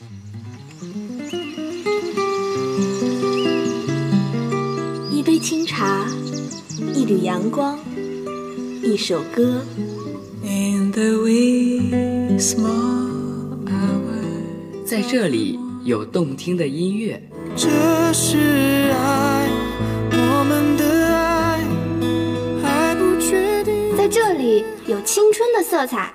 一杯清茶，一缕阳光，一首歌。 In the wee small hour， 在这里有动听的音乐， 这是爱，我们的爱还不确定。 在这里有青春的色彩，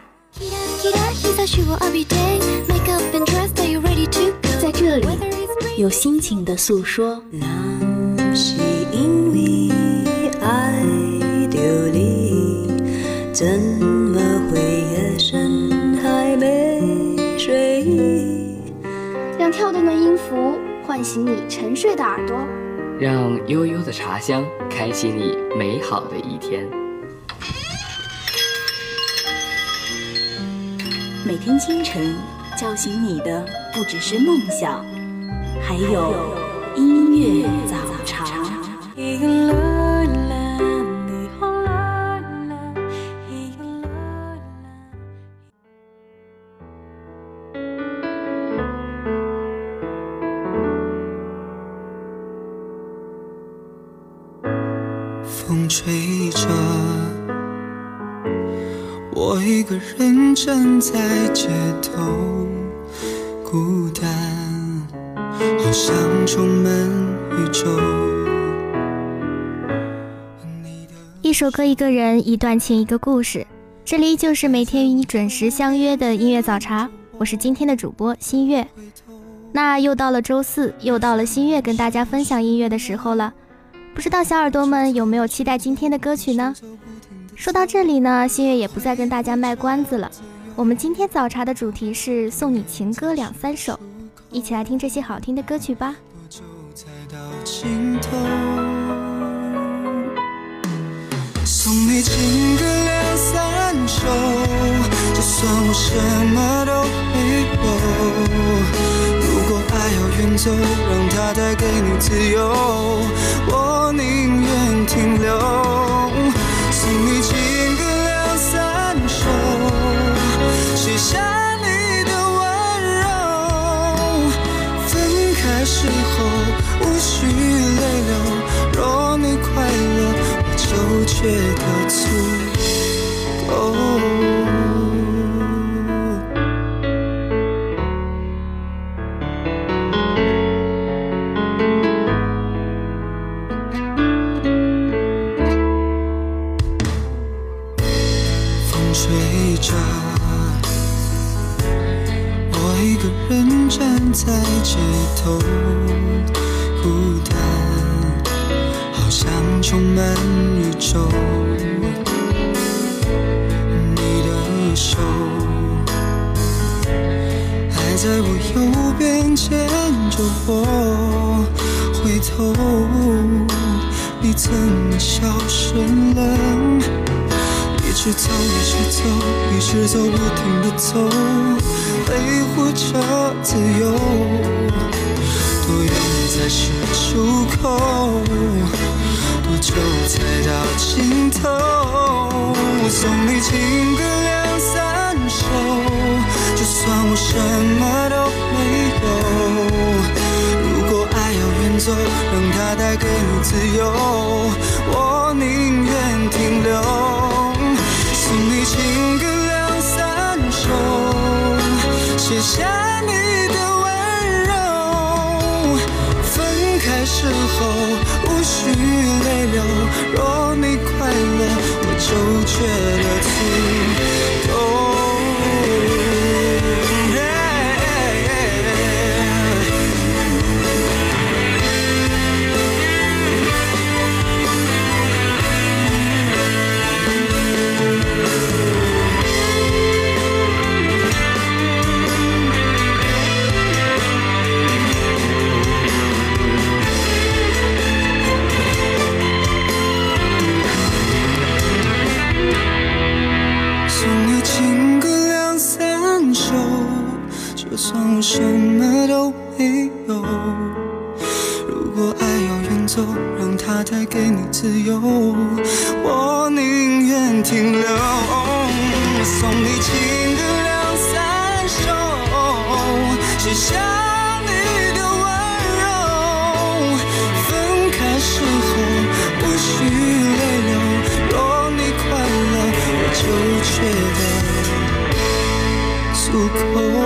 在这里有心情的诉说。 那是因为爱着你，怎么会夜深还没睡意？ 让跳动的音符唤醒你沉睡的耳朵， 让悠悠的茶香开启你美好的一天。 每天清晨叫醒你的不只是梦想，还有音乐早茶。 风吹着，我一个人站在街头，孤单好像充满宇宙。 一首歌一个人，一段情一个故事，这里就是每天与你准时相约的音乐早茶，我是今天的主播新月。那又到了周四，又到了新月跟大家分享音乐的时候了，不知道小耳朵们有没有期待今天的歌曲呢？说到这里呢，新月也不再跟大家卖关子了，我们今天早茶的主题是送你情歌两三首，一起来听这些好听的歌曲吧。 送你情歌两三首，就算我什么都没有。如果爱要远走，让它带给你自由，我宁愿停留。送你情歌两三首，写下你的温柔。分开时候无需泪流，若你快乐，就觉得足够。风吹着，我一个人站在街头，孤单好像充满宇宙，你的手还在我右边牵着我，回头你怎么消失了？一直走，一直走，一直走不停地走，维护着自由，多远才是出口？多久才到尽头？送你情歌两三首，就算我什么都没有。如果爱要远走，让它带给你自由，我宁愿停留。送你情歌两三首，写下你的温柔。分开时候无需泪流，若你快乐，我就觉得足够。就算我什么都没有，如果爱要远走，让它带给你自由，我宁愿停留。送你情歌两三首，写写下你的温柔。分开时候不需泪流，若你快乐，我就觉得足够。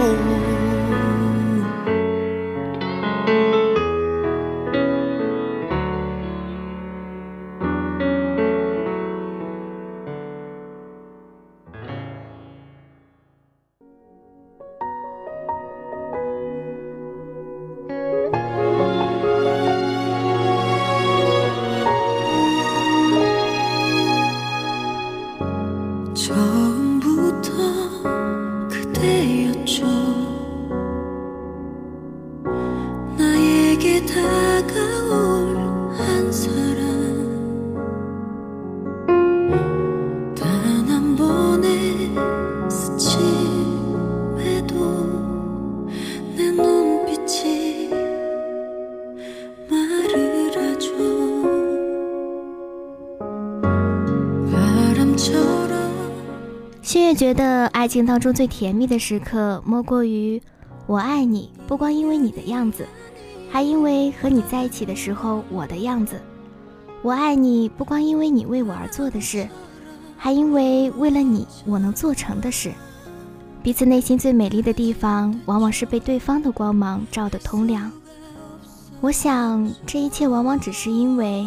星月觉得爱情当中最甜蜜的时刻莫过于我爱你，不光因为你的样子，还因为和你在一起的时候我的样子。我爱你不光因为你为我而做的事，还因为为了你我能做成的事。彼此内心最美丽的地方往往是被对方的光芒照得通亮。我想这一切往往只是因为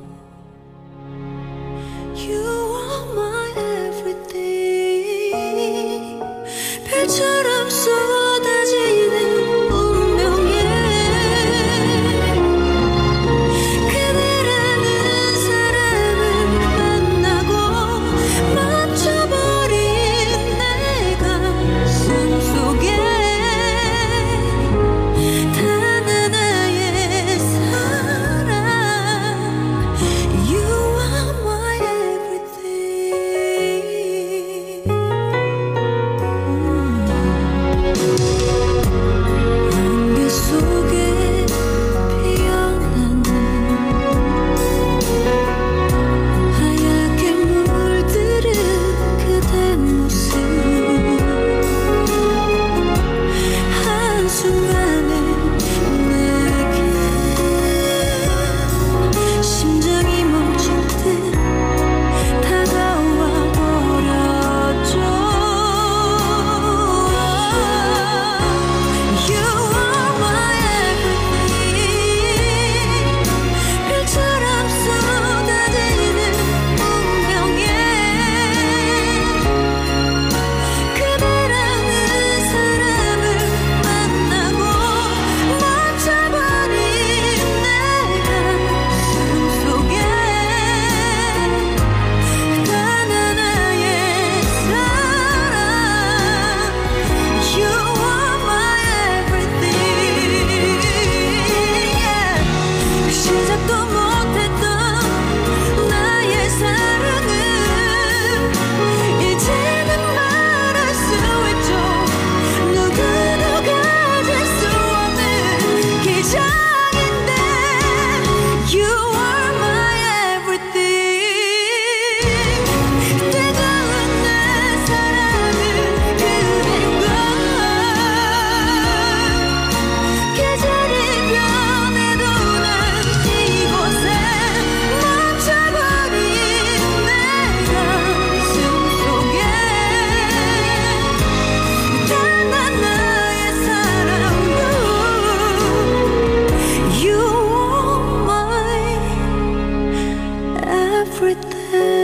별처럼 쏟아지는 운명에 그대라는 사람을 만나고 멈춰버린 내 가슴 속에 단 하나의 사랑 You are my everything 안개 속에 피어나는 하얗게 물들은 그대 모습 한순간에 내게 심장이 멈출 듯 다가와 버렸죠 You are my everything 별처럼 쏟아지는 운명에 그대라는 사람을 만나고 멈춰버린 내 가슴 속에 단 하나의 사랑 You are my everything 시작도 못했던 나의 사랑은 이제는 말할 수 있죠 누구도 가질 수 없는 기적인데 You are my everything 뜨거운 내 사랑은 그댄걸 계절이 변해도 난 이곳에 멈춰버린 내 가슴 속에 단 하나의 사랑 You are my everything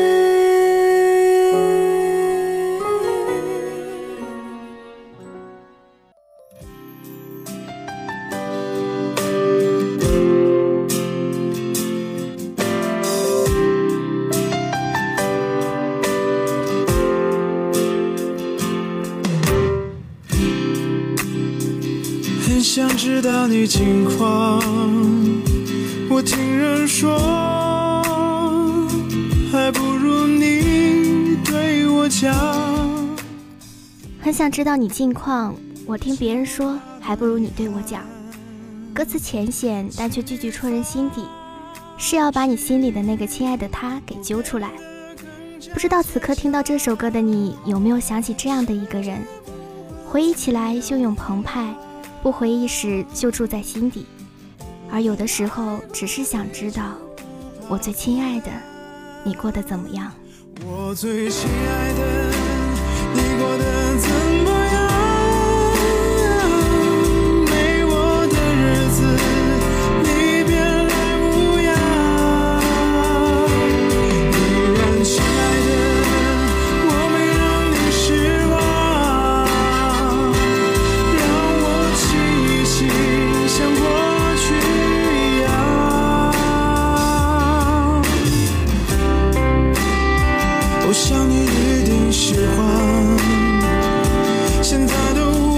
很想知道你近况，我听人说，还不如你对我讲。 很想知道你近况，我听别人说，还不如你对我讲。歌词浅显，但却句句戳人心底，是要把你心里的那个亲爱的他给揪出来。不知道此刻听到这首歌的你，有没有想起这样的一个人？回忆起来汹涌澎湃， 不回忆时就住在心底，而有的时候只是想知道，我最亲爱的，你过得怎么样？ 我最亲爱的，你过得怎么样？没我的日子，你别来无恙。依然亲爱的，我没让你失望，让我清醒，像过去一样。我想你一定喜欢现在的我，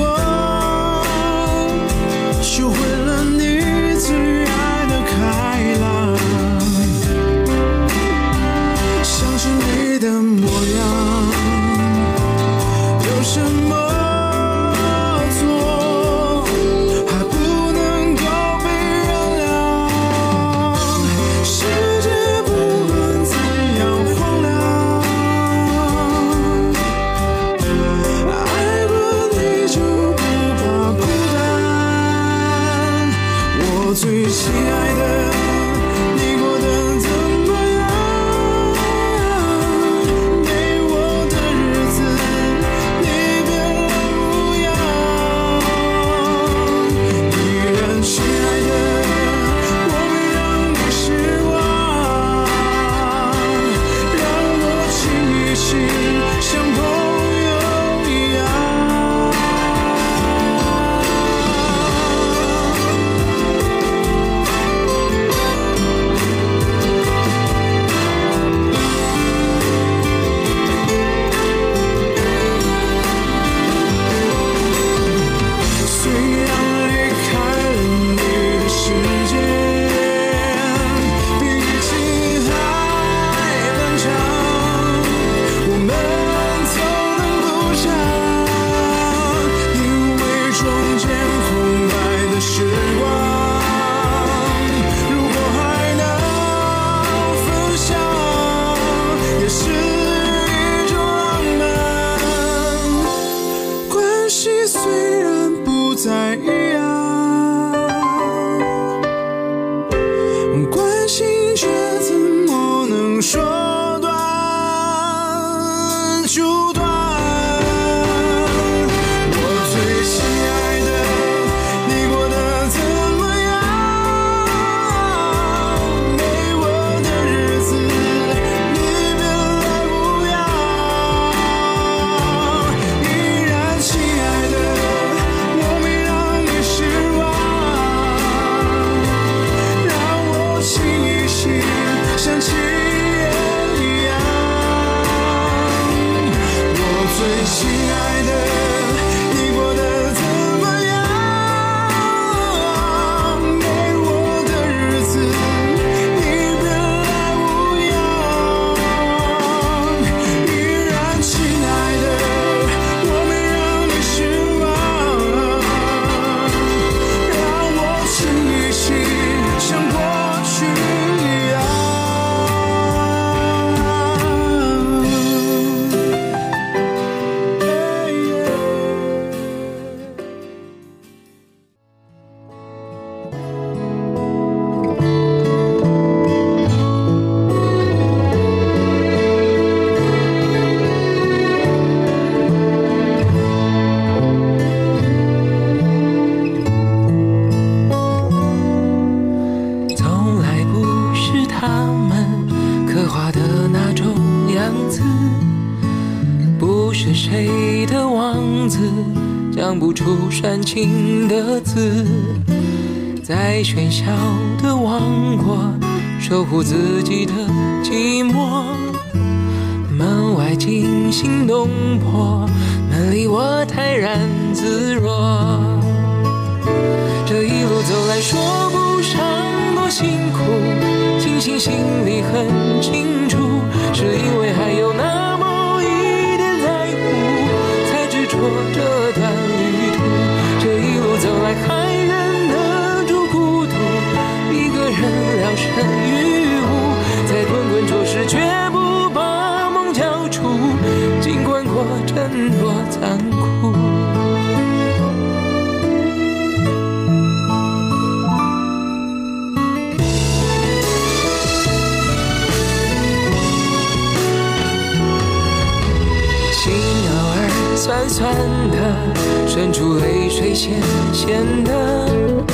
学会了你最爱的开朗，想起你的模样，有什么错还不能够被原谅？世界不管怎样荒凉，爱过你就不怕孤单。我最亲爱的，你过得怎么样？没我的日子，你别来无恙。依然亲爱的，我没让你失望，让我亲一亲，像朋友一样。虽然离开了你的世界，比疫情还漫长，我们都能不想，因为中间空白的时光，如果还能分享，也是一种浪漫。关系虽然不再一样，关心却怎么能说断就断？我最亲爱的，你过得怎么样？没我的日子，你别来无恙。依然亲爱的，我没让你失望，让我亲一亲，像情人一样。我最亲爱的，你过得怎么样？没我的日子，你别来无恙。依然亲爱的，我没让你失望，让我亲一亲，像过去一样。从来不是他们刻画的那种样子，不是谁的王子讲不出煽情的字，在喧嚣的王国守护自己的寂寞。门外惊心动魄，门里我泰然自若。这一路走来，说不上多辛苦，庆幸心里很清楚，是因为还有那么一点在乎，才执着这段旅途。这一路走来，还忍得住孤独，一个人聊胜于无，在滚滚浊世绝不把梦交出，尽管过程多残酷。 酸的，渗出泪水咸咸的。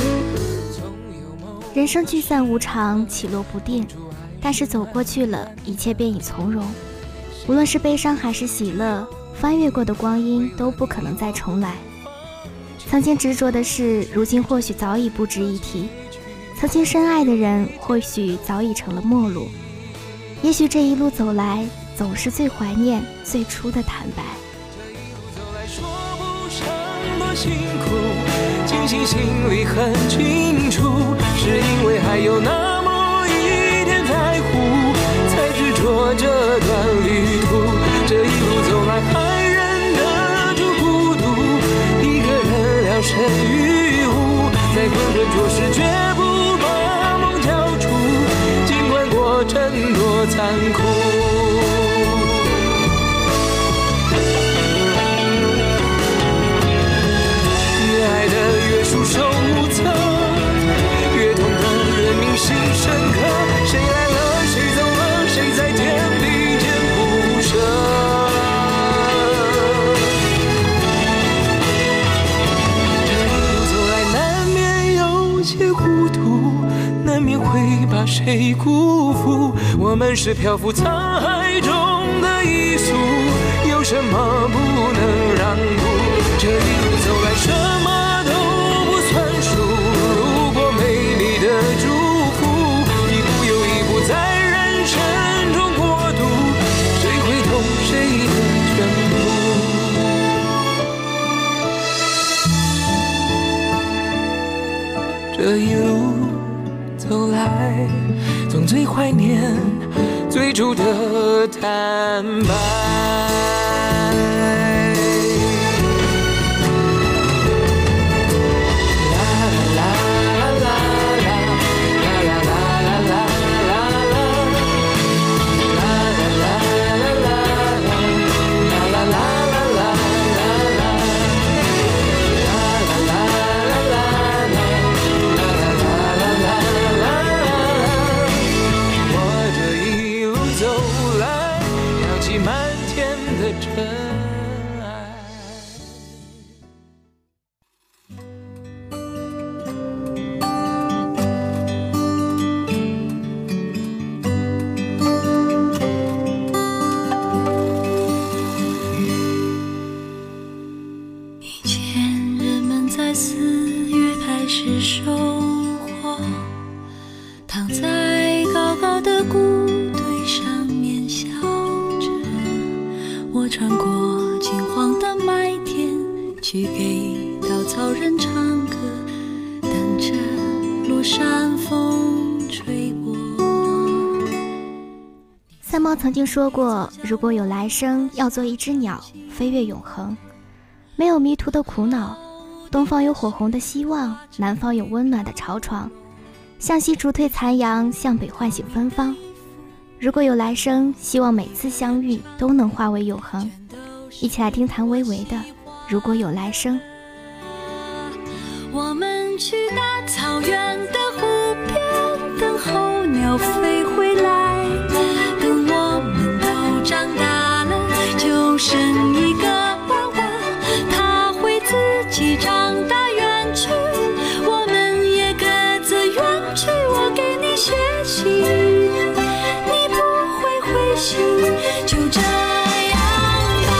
人生聚散无常，起落不定，但是走过去了，一切便已从容。无论是悲伤还是喜乐，翻越过的光阴都不可能再重来。曾经执着的事，如今或许早已不值一提；曾经深爱的人，或许早已成了陌路。也许这一路走来，总是最怀念最初的坦白。 说不上多辛苦，庆幸心里很清楚，是因为还有那么一点在乎，才执着这段旅途。这一路走来还忍得住孤独，一个人两身雨雾，在滚滚浊世绝不把梦交出，尽管过程多残酷。束手无策，越痛的越铭心深刻。谁来了，谁走了，谁在天地间不舍。这一路走来，难免有些糊涂，难免会把谁辜负。我们是漂浮沧海中的一粟，有什么不能让步？这一路走来，什么这一路走来，总最怀念最初的坦白。 穿过金黄的麦田，去给稻草人唱歌，等着落山风吹过。 三毛曾经说过，如果有来生，要做一只鸟，飞越永恒。没有迷途的苦恼，东方有火红的希望，南方有温暖的巢床。向西逐退残阳，向北唤醒芬芳。如果有来生，希望每次相遇都能化为永恒。一起来听谭维维的《如果有来生》。 我们去大草原的湖边，等候鸟飞回来。等我们都长大了，就生一个娃娃，他会自己长大远去，我们也各自远去。我给你写信，就这样吧。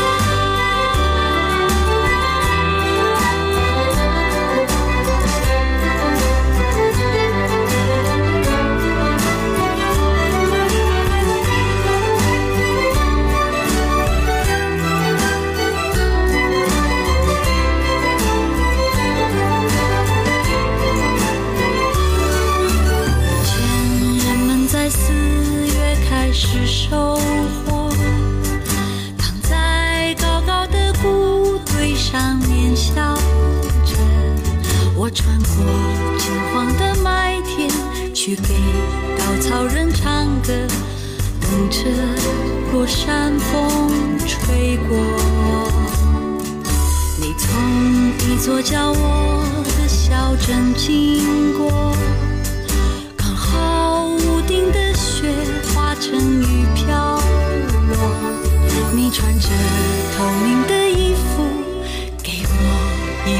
前人们在4月开始收获，躺在高高的谷堆上面笑着。我穿过金黄的麦田，去给稻草人唱歌，等着落山风吹过。你从一座叫我的小镇经过，刚好屋顶的雪化成雨飘落，你穿着透明的衣服，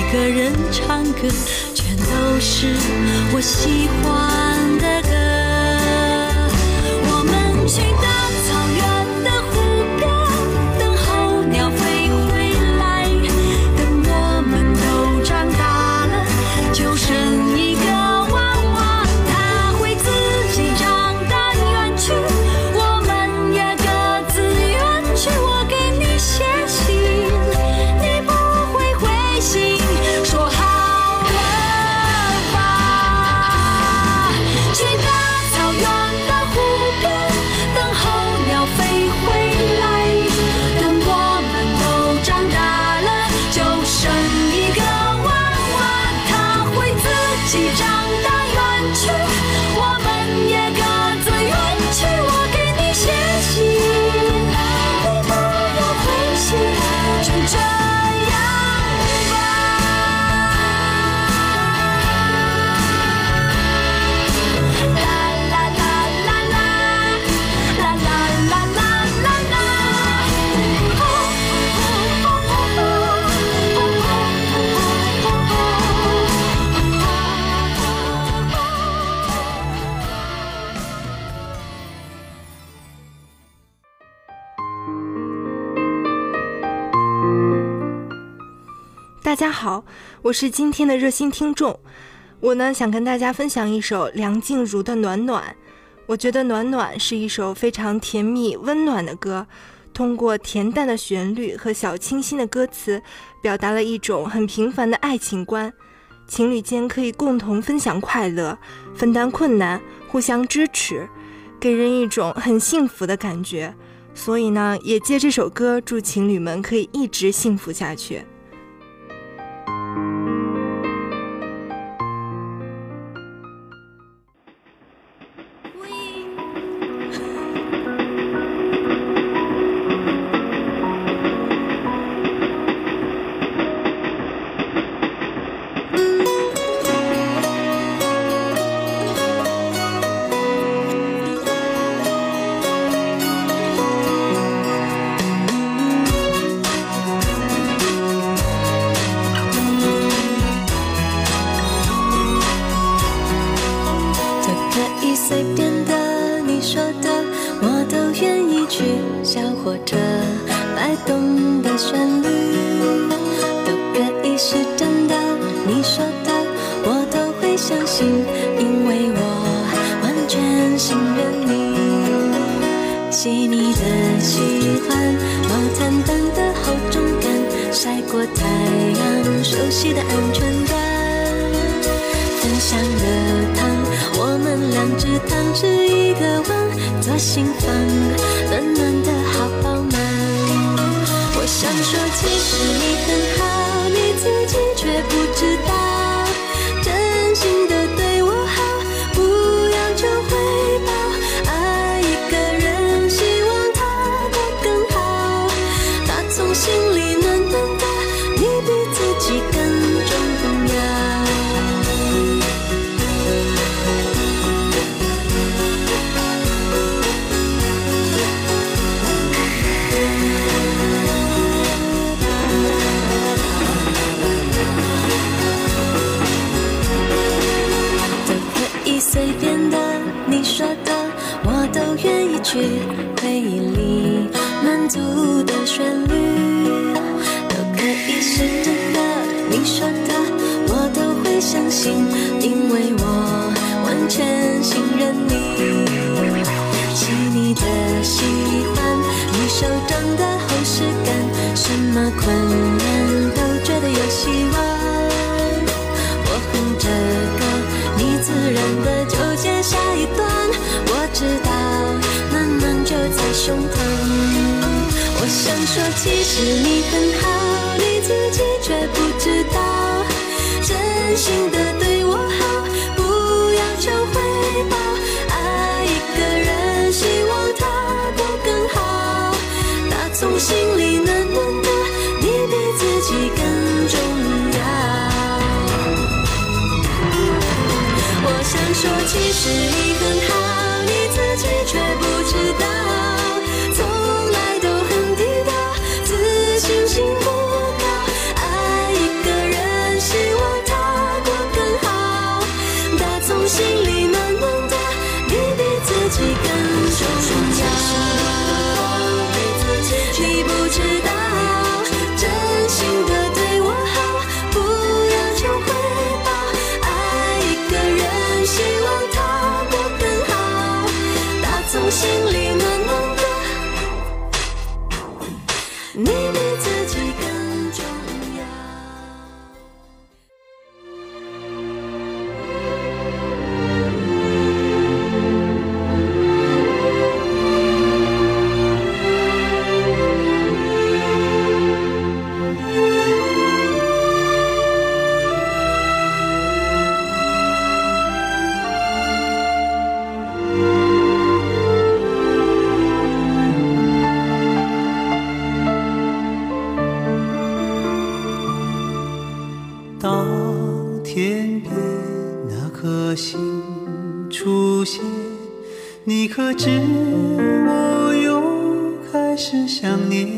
一个人唱歌，全都是我喜欢的歌。我们去大草原的湖边，等候鸟飞回来，等我们都长大了，就剩一个娃娃，他会自己长大远去，我们也各自远去。我给你写信，你不会回信，说好了吧。去大草原的湖边，等候鸟飞回来，等我们都长大了，就剩一个娃娃，他会自己长大远去，我们也各自远去。我给你写信，你不要回信，就这样吧。啦啦啦啦啦，啦啦啦啦啦啦。 大家好，我是今天的热心听众。我呢想跟大家分享一首梁静茹的《暖暖》。我觉得《暖暖》是一首非常甜蜜温暖的歌，通过恬淡的旋律和小清新的歌词，表达了一种很平凡的爱情观。情侣间可以共同分享快乐，分担困难，互相支持，给人一种很幸福的感觉。所以呢，也借这首歌祝情侣们可以一直幸福下去。 随便的，你说的，我都愿意去。小火车摆动的旋律，都可以是真的。你说的，我都会相信，因为我完全信任你。细腻的喜欢，毛毯般的厚重感，晒过太阳，熟悉的安全感。分享的糖，我们两只汤匙一个碗，做心房，暖暖的好饱满。我想说，其实你很好，你自己却不知道，真心的对我好，不要求回报。爱一个人，希望他过更好，他从心里暖暖的，你比自己更重要。随便的，你说的，我都愿意去。回忆里满足的旋律，都可以是真的。你说的，我都会相信，因为我完全信任你。细腻的喜欢，你手掌的厚实感，什么困难都觉得有希望。我哼着歌，你自然的就接下一段，我知道暖暖就在胸膛。我想说，其实你很好，你自己却不知道，真心的对我好，不要求回报。爱一个人，希望他过更好，打从心里暖暖的，你比自己更重要。我想说，其实你很好，你自己却不知道，从来都很低调，自信心不高。爱一个人， 天边那颗星出现，你可知我又开始想念，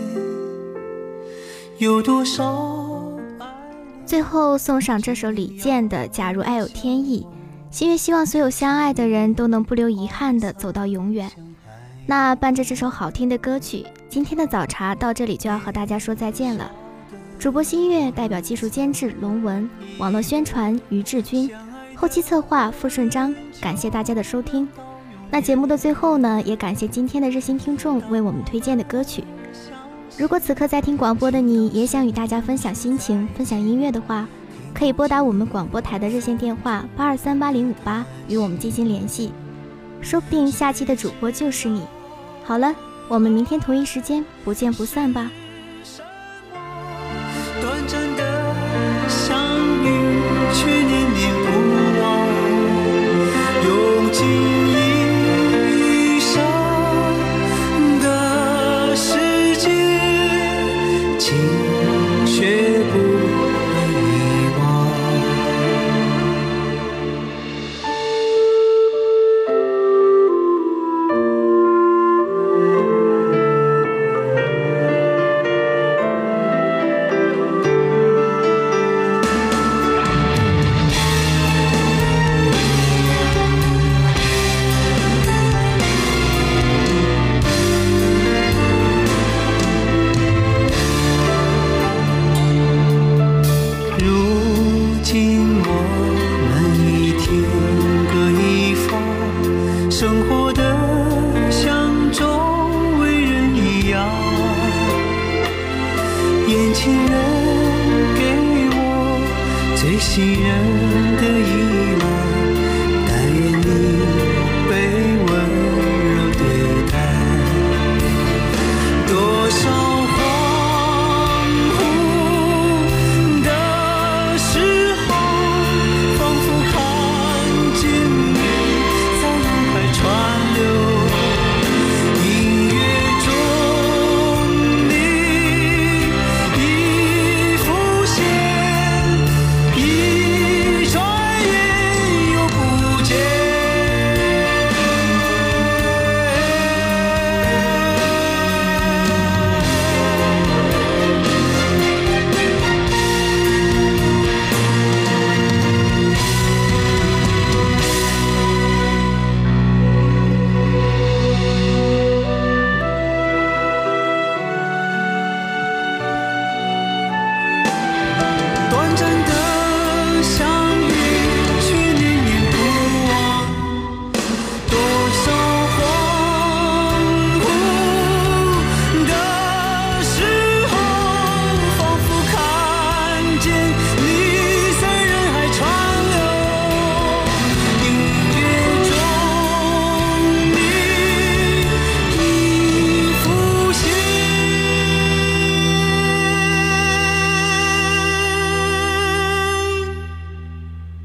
有多少爱。 最后送上这首李健的《假如爱有天意》，心月希望所有相爱的人都能不留遗憾地走到永远。那伴着这首好听的歌曲，今天的早茶到这里就要和大家说再见了。主播新月代表技术监制龙文，网络宣传于志军，后期策划付顺章，感谢大家的收听。那节目的最后呢，也感谢今天的热心听众为我们推荐的歌曲。如果此刻在听广播的你也想与大家分享心情，分享音乐的话，可以拨打我们广播台的热线电话8238-058与我们进行联系，说不定下期的主播就是你。好了，我们明天同一时间不见不散吧。 短暂的相遇却念念不忘，用尽一生的时间，情却不会遗忘。信任的依赖，但愿你被温柔对待。多少恍惚的时候，仿佛看见你在人海川流。音乐中你已浮现，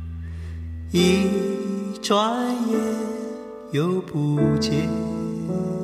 一转眼又不见。